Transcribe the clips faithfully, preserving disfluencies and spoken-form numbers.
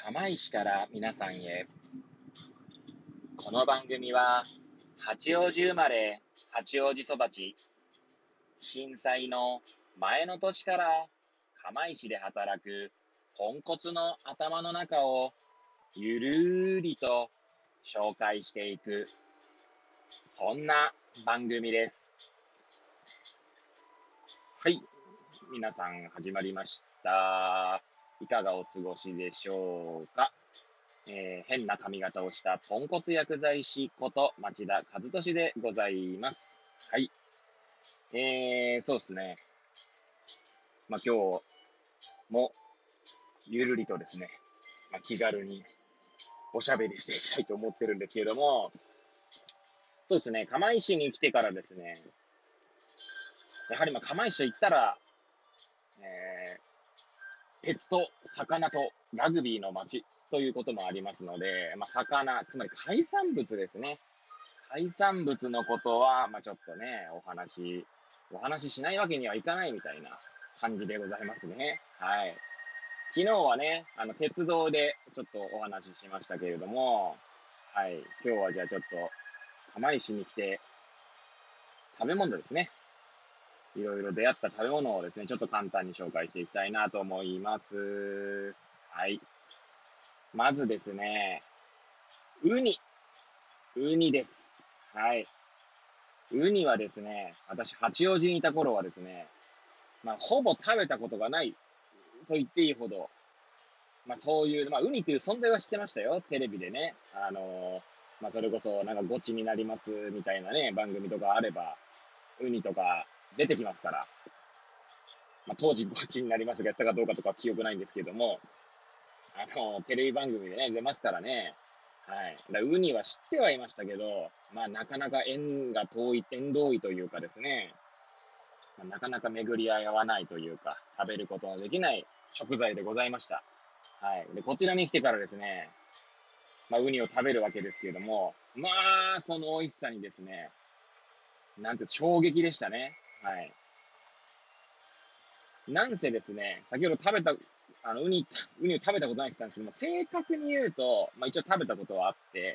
釜石から皆さんへ。この番組は八王子生まれ、八王子育ち、震災の前の年から釜石で働くポンコツの頭の中をゆるーりと紹介していく、そんな番組です。はい、皆さん始まりました。いかがお過ごしでしょうか。えー、変な髪型をしたポンコツ薬剤師こと町田和俊でございます。はい。えー、そうですね。まあ、今日もゆるりとですね、まあ、気軽におしゃべりしていきたいと思ってるんですけれども、そうですね、釜石に来てからですね、やはりまあ釜石と言ったら、えー、鉄と魚とラグビーの街ということもありますので、まあ、魚、つまり海産物ですね。海産物のことは、まあ、ちょっとね、お話、お話ししないわけにはいかないみたいな感じでございますね。はい。昨日はね、あの、鉄道でちょっとお話ししましたけれども、はい。今日はじゃあちょっと、釜石に来て、食べ物ですね。いろいろ出会った食べ物をですね、ちょっと簡単に紹介していきたいなと思います。はい。まずですね、ウニ。ウニです。はい。ウニはですね、私、八王子にいた頃はですね、まあ、ほぼ食べたことがないと言っていいほど、まあ、そういう、まあ、ウニっていう存在は知ってましたよ、テレビでね。あのーまあ、それこそ、なんか、ゴチになりますみたいなね、番組とかあれば、ウニとか出てきますから、まあ、当時ゴチになりますがやったかどうかとか記憶ないんですけども、あのーテレビ番組でね、出ますからね。はい。だウニは知ってはいましたけど、まあ、なかなか縁が遠い、縁遠いというかですね、まあ、なかなか巡り合わないというか、食べることのできない食材でございました。はい。で、こちらに来てからですね、まあ、ウニを食べるわけですけれども、まあ、その美味しさにですね、なんて衝撃でしたね。はい。なんせですね、先ほど食べた、あの、ウニ、ウニを食べたことないって言ったんですけども、正確に言うと、まあ一応食べたことはあって、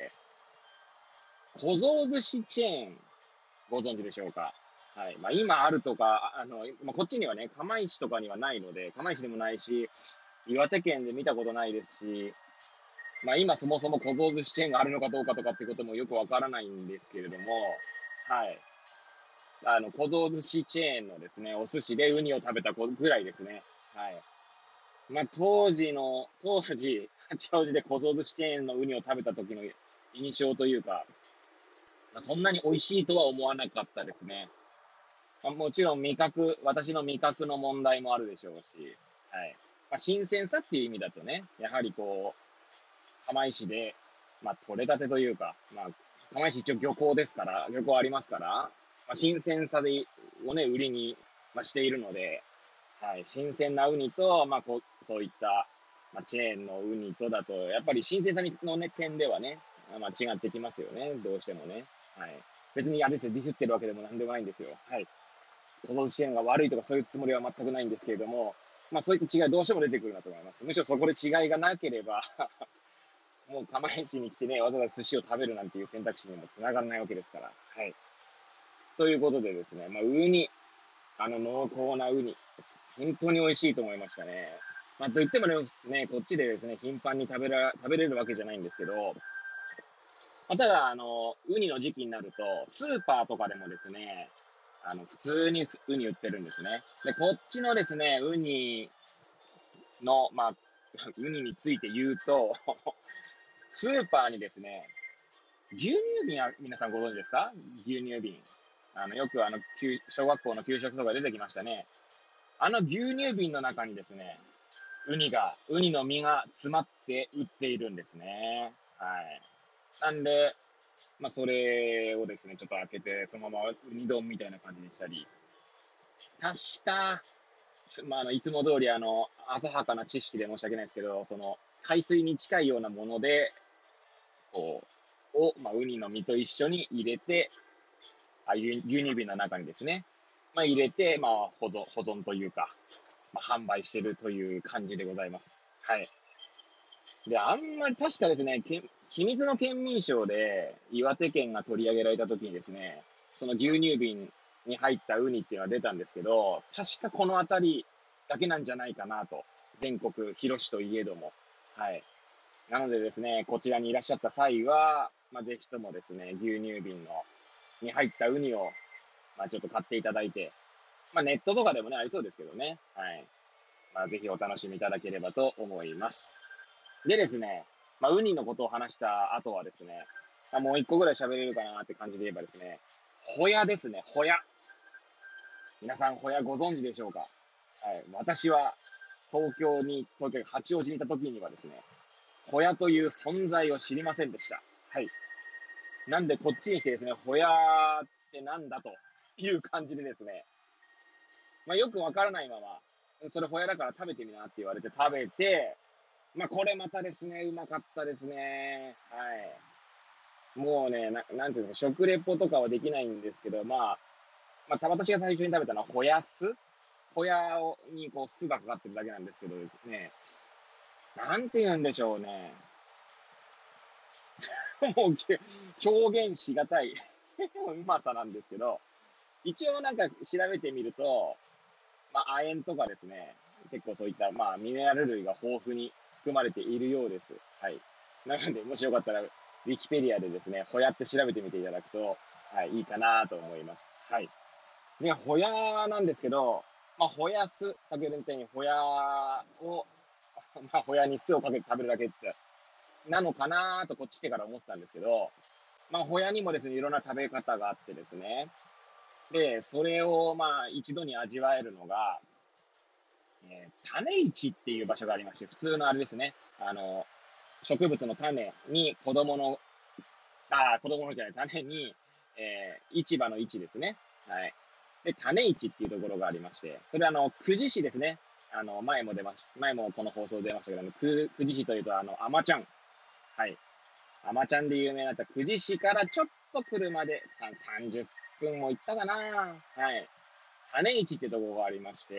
小僧寿司チェーン、ご存知でしょうか。はい。まあ今あるとか、あの、まあこっちにはね、釜石とかにはないので、釜石でもないし、岩手県で見たことないですし、まあ今そもそも小僧寿司チェーンがあるのかどうかとかってこともよくわからないんですけれども、はい。あの、小僧寿司チェーンのですね、お寿司でウニを食べたぐらいですね。はい。まあ当時の、当時、八王子で小僧寿司チェーンのウニを食べた時の印象というか、まあ、そんなに美味しいとは思わなかったですね。まあ、もちろん味覚、私の味覚の問題もあるでしょうし、はい。まあ、新鮮さっていう意味だとね、やはりこう、釜石で、まあ、取れたてというか、まあ、釜石一応漁港ですから、漁港ありますから、まあ、新鮮さで、をね、売りに、まあ、しているので、はい、新鮮なウニと、まあ、こう、そういった、まあ、チェーンのウニとだと、やっぱり新鮮さのね、点ではね、まあ、違ってきますよね、どうしてもね。はい。別にあれですよ、ディスってるわけでもなんでもないんですよ。はい。この支援が悪いとかそういうつもりは全くないんですけれども、まあそういった違いどうしても出てくるなと思います。むしろそこで違いがなければもう釜石に来てね、わざわざ寿司を食べるなんていう選択肢にもつながらないわけですから。はい。ということでですね、まあウニ、あの濃厚なウニ、本当に美味しいと思いましたね。まあと言ってもね、ねこっちでですね、頻繁に食べら、食べれるわけじゃないんですけど、まあ、ただ、あの、ウニの時期になると、スーパーとかでもですね、あの、普通にウニ売ってるんですね。で、こっちのですね、ウニの、まあ、ウニについて言うと、スーパーにですね、牛乳瓶は皆さんご存知ですか？牛乳瓶。あの、よくあの、小学校の給食とか出てきましたね。あの牛乳瓶の中にですね、ウニが、ウニの身が詰まって売っているんですね。はい。なんで、まあ、それをですね、ちょっと開けて、そのままウニ丼みたいな感じにしたり、確か、まあ、あの、いつも通り、あの、浅はかな知識で申し訳ないですけど、その、海水に近いようなもので、こう、を、まあ、ウニの身と一緒に入れて、あ、牛牛乳瓶の中にですね、まあ、入れて、まあ、保存、保存というか、まあ、販売してるという感じでございます。はい。 で、あんまり確かですね、け秘密の県民賞で岩手県が取り上げられた時にですね、その牛乳瓶に入ったウニっていうのは出たんですけど、確かこの辺りだけなんじゃないかなと。全国広しといえども。はい。なのでですね、こちらにいらっしゃった際は、まあ、ぜひともですね、牛乳瓶のに入ったウニを、まあ、ちょっと買っていただいて、まあ、ネットとかでもね、ありそうですけどね。はい。まあ、ぜひお楽しみいただければと思います。でですね、まあ、ウニのことを話した後はですね、まあ、もう一個ぐらい喋れるかなって感じで言えばですね、ホヤですね、ホヤ。皆さん、ホヤご存知でしょうか？はい。私は、東京に、東京、八王子にいた時にはですね、ホヤという存在を知りませんでした。はい。なんで、こっちに来てですね、ホヤってなんだという感じでですね、まあ、よくわからないまま、それホヤだから食べてみなって言われて食べて、まあ、これまたですね、うまかったですね。はい。もうね、ななんていうんですか、食レポとかはできないんですけど、まあ、まあ、私が最初に食べたのはホヤスホヤをにこう酢がかかってるだけなんですけどですね、なんて言うんでしょうね。もう表現しがたいうまさなんですけど、一応なんか調べてみると、まあ、亜鉛とかですね、結構そういった、まあ、ミネラル類が豊富に含まれているようです。はい。なので、もしよかったら、ウィキペディアでですね、ホヤって調べてみていただくと、はい、いいかなと思います。はい。で、ホヤなんですけど、まあ、ホヤ酢、先ほど言ったように、ホヤを、まあ、ホヤに酢をかけて食べるだけって、なのかなとこっち来てから思ったんですけど、まあ、ホヤにもですね、いろんな食べ方があってですね、で、それをまあ一度に味わえるのが、えー種市っていう場所がありまして、普通のあれですね、あの、植物の種に子供の、あ、子供のじゃない、種に、えー市場の市ですね。はい。で、種市っていうところがありまして、それはあの、久慈市ですね。あの、前も出まし、前もこの放送で出ましたけど、あの、く久慈市というと、あの、あまちゃん。はい。あまちゃんで有名になった久慈市からちょっと車で、さんじゅっぷんも行ったかな。はい。種市ってところがありまして、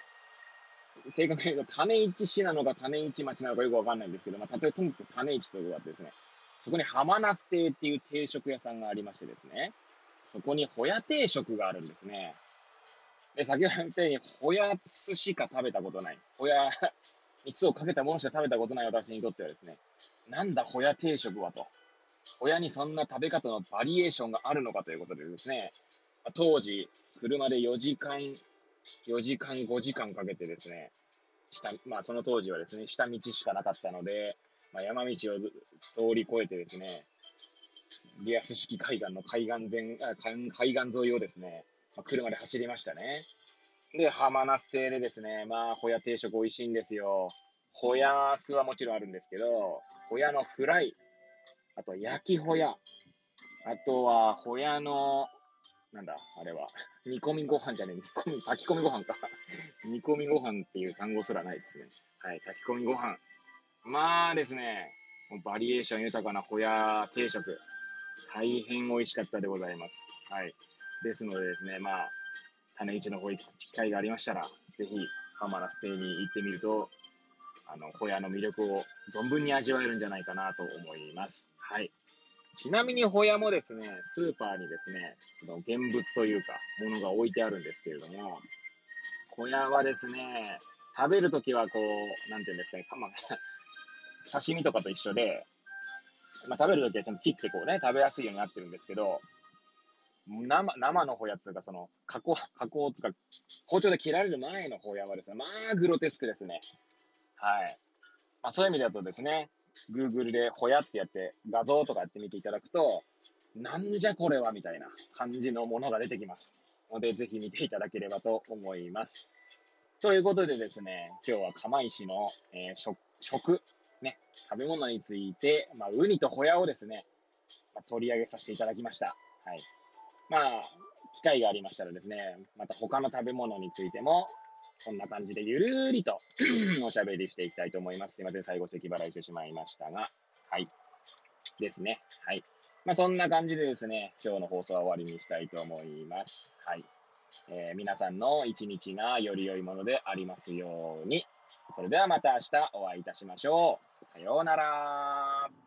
正確に言うと種市市なのか種市町なのかよくわかんないんですけど、まあ、例えばともかく種市というところがあってですね、そこに浜ナス亭っていう定食屋さんがありましてですね、そこにホヤ定食があるんですね。で、先ほど言ったように、ホヤ寿司しか食べたことない。ホヤに酢をかけたものしか食べたことない私にとってはですね、なんだホヤ定食はと。ホヤにそんな食べ方のバリエーションがあるのかということでですね、当時、車でよじかん、よじかん、ごじかんかけてですね、下、まあその当時はですね、下道しかなかったので、まあ、山道を通り越えてですね、リアス式海岸の海岸前、海岸沿いをですね、まあ、車で走りましたね。で、浜ナス亭でですね、まあ、ホヤ定食美味しいんですよ。ホヤ酢はもちろんあるんですけど、ホヤのフライ、あと焼きホヤ、あとはホヤの、なんだ、あれは、煮込みご飯じゃねえ、煮込み、炊き込みご飯か。煮込みご飯っていう単語すらないですね。はい、炊き込みご飯。まあですね、バリエーション豊かなホヤ定食。大変美味しかったでございます。はい。ですのでですね、まあ、種市の方行く機会がありましたら、ぜひ、浜名ステイに行ってみると、あの、ホヤの魅力を存分に味わえるんじゃないかなと思います。はい。ちなみにホヤもですね、スーパーにですね、その現物というか、ものが置いてあるんですけれども、ホヤはですね、食べるときはこう、なんていうんですかね、まあ、刺身とかと一緒で、まあ、食べるときはちゃんと切ってこうね、食べやすいようになってるんですけど、生、生のホヤつうか、その、加工、加工つか、包丁で切られる前のホヤはですね、まあ、グロテスクですね。はい。まあ、そういう意味だとですね、Google でホヤってやって画像とかやってみていただくと、なんじゃこれはみたいな感じのものが出てきます。ので、ぜひ見ていただければと思います。ということでですね、今日は釜石の、えー食、食、ね、食べ物について、まあ、ウニとホヤをですね、まあ、取り上げさせていただきました。はい。まあ、機会がありましたらですね、また他の食べ物についても、こんな感じでゆるーりとおしゃべりしていきたいと思います。すいません、最後咳払いしてしまいましたが。はい。ですね。はい。まあ、そんな感じでですね、今日の放送は終わりにしたいと思います。はい。えー皆さんの一日がより良いものでありますように。 それではまた明日お会いいたしましょう。さようなら。